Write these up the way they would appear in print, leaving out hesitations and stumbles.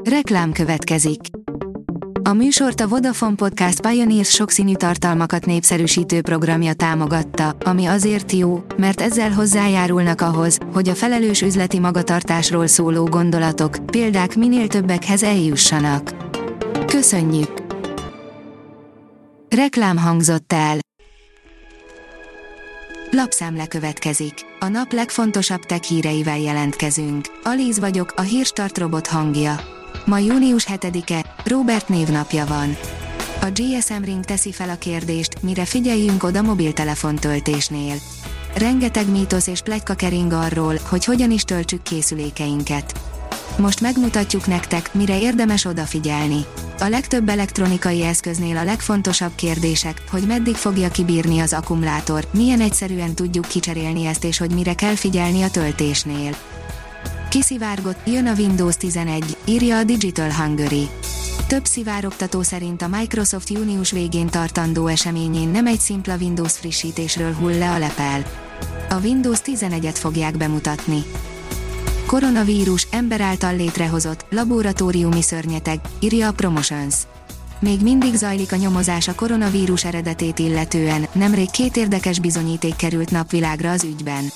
Reklám következik. A műsort a Vodafone Podcast Pioneers sokszínű tartalmakat népszerűsítő programja támogatta, ami azért jó, mert ezzel hozzájárulnak ahhoz, hogy a felelős üzleti magatartásról szóló gondolatok, példák minél többekhez eljussanak. Köszönjük! Reklám hangzott el. Lapszemle következik. A nap legfontosabb tech híreivel jelentkezünk. Alíz vagyok, a Hírstart robot hangja. Ma június 7-e, Róbert névnapja van. A GSM Ring teszi fel a kérdést, mire figyeljünk oda mobiltelefon töltésnél. Rengeteg mítosz és pletyka kering arról, hogy hogyan is töltsük készülékeinket. Most megmutatjuk nektek, mire érdemes odafigyelni. A legtöbb elektronikai eszköznél a legfontosabb kérdések, hogy meddig fogja kibírni az akkumulátor, milyen egyszerűen tudjuk kicserélni ezt és hogy mire kell figyelni a töltésnél. Kiszivárgott, jön a Windows 11, írja a Digital Hungary. Több szivárogtató szerint a Microsoft június végén tartandó eseményén nem egy szimpla Windows frissítésről hull le a lepel. A Windows 11-et fogják bemutatni. Koronavírus, ember által létrehozott, laboratóriumi szörnyeteg, írja a Promotions. Még mindig zajlik a nyomozás a koronavírus eredetét illetően, nemrég 2 érdekes bizonyíték került napvilágra az ügyben.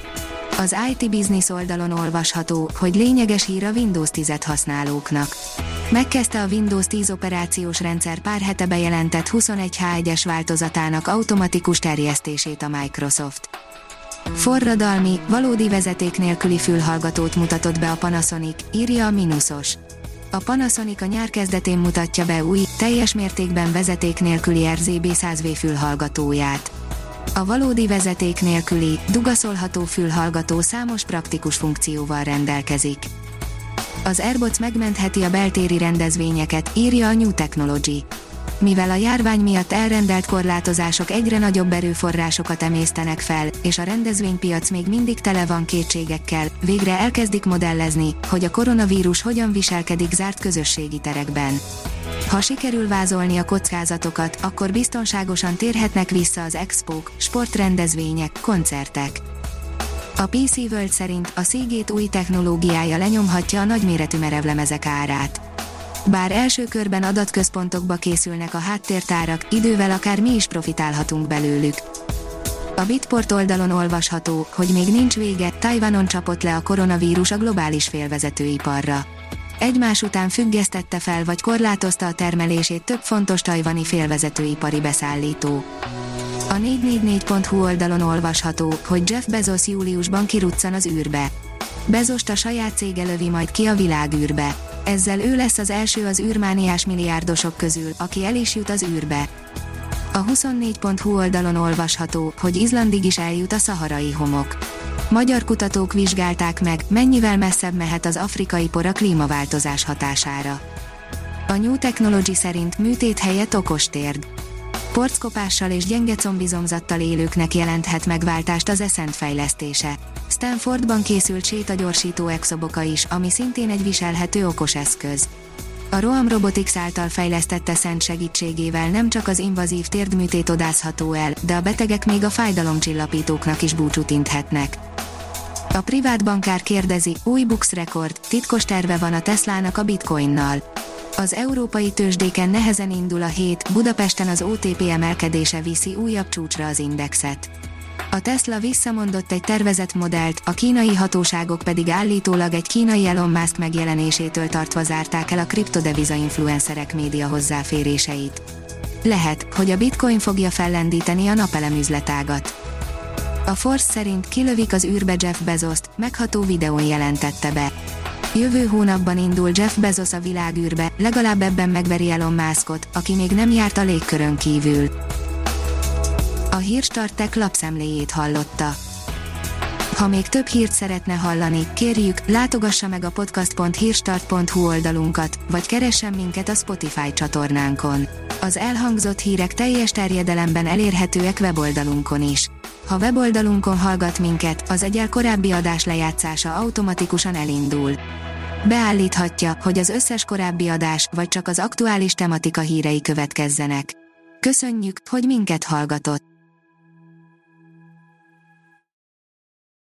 Az IT Business oldalon olvasható, hogy lényeges hír a Windows 10-et használóknak. Megkezdte a Windows 10 operációs rendszer pár hete bejelentett 21H1-es változatának automatikus terjesztését a Microsoft. Forradalmi, valódi vezeték nélküli fülhallgatót mutatott be a Panasonic, írja a Minusos. A Panasonic a nyár kezdetén mutatja be új, teljes mértékben vezeték nélküli RGB 100V fülhallgatóját. A valódi vezeték nélküli, dugaszolható fülhallgató számos praktikus funkcióval rendelkezik. Az AirPods megmentheti a beltéri rendezvényeket, írja a New Technology. Mivel a járvány miatt elrendelt korlátozások egyre nagyobb erőforrásokat emésztenek fel, és a rendezvénypiac még mindig tele van kétségekkel, végre elkezdik modellezni, hogy a koronavírus hogyan viselkedik zárt közösségi terekben. Ha sikerül vázolni a kockázatokat, akkor biztonságosan térhetnek vissza az expók, sportrendezvények, koncertek. A PC World szerint a Seagate új technológiája lenyomhatja a nagyméretű merevlemezek árát. Bár első körben adatközpontokba készülnek a háttértárak, idővel akár mi is profitálhatunk belőlük. A Bitport oldalon olvasható, hogy még nincs vége, Tajvanon csapott le a koronavírus a globális félvezetőiparra. Egymás után függesztette fel vagy korlátozta a termelését több fontos tajvani félvezetőipari beszállító. A 444.hu oldalon olvasható, hogy Jeff Bezos júliusban kiruccan az űrbe. Bezost a saját cége lövi majd ki a világűrbe. Ezzel ő lesz az első az űrmániás milliárdosok közül, aki el is jut az űrbe. A 24.hu oldalon olvasható, hogy Izlandig is eljut a szaharai homok. Magyar kutatók vizsgálták meg, mennyivel messzebb mehet az afrikai por a klímaváltozás hatására. A New Technology szerint műtét helyett okostérd. Porckopással és gyenge combizomzattal élőknek jelenthet megváltást az Ascent fejlesztése. Stanfordban készült sétagyorsító exoboka is, ami szintén egy viselhető okos eszköz. A Roam Robotics által fejlesztett Ascent segítségével nem csak az invazív térdműtét odázható el, de a betegek még a fájdalomcsillapítóknak is búcsút inthetnek. A privát bankár kérdezi, új Bux rekord, titkos terve van a Teslának a bitcoinnal. Az európai tőzsdéken nehezen indul a hét, Budapesten az OTP emelkedése viszi újabb csúcsra az indexet. A Tesla visszamondott egy tervezett modellt, a kínai hatóságok pedig állítólag egy kínai Elon Musk megjelenésétől tartva zárták el a kriptodeviza influencerek média hozzáféréseit. Lehet, hogy a bitcoin fogja fellendíteni a napelemüzletágat. A Force szerint kilövik az űrbe Jeff Bezost, megható videón jelentette be. Jövő hónapban indul Jeff Bezos a világűrbe, legalább ebben megveri Elon Muskot, aki még nem járt a légkörön kívül. A Hírstart Tech lapszemléjét hallotta. Ha még több hírt szeretne hallani, kérjük, látogassa meg a podcast.hírstart.hu oldalunkat, vagy keressen minket a Spotify csatornánkon. Az elhangzott hírek teljes terjedelemben elérhetőek weboldalunkon is. Ha weboldalunkon hallgat minket, az egyel korábbi adás lejátszása automatikusan elindul. Beállíthatja, hogy az összes korábbi adás, vagy csak az aktuális tematika hírei következzenek. Köszönjük, hogy minket hallgatott!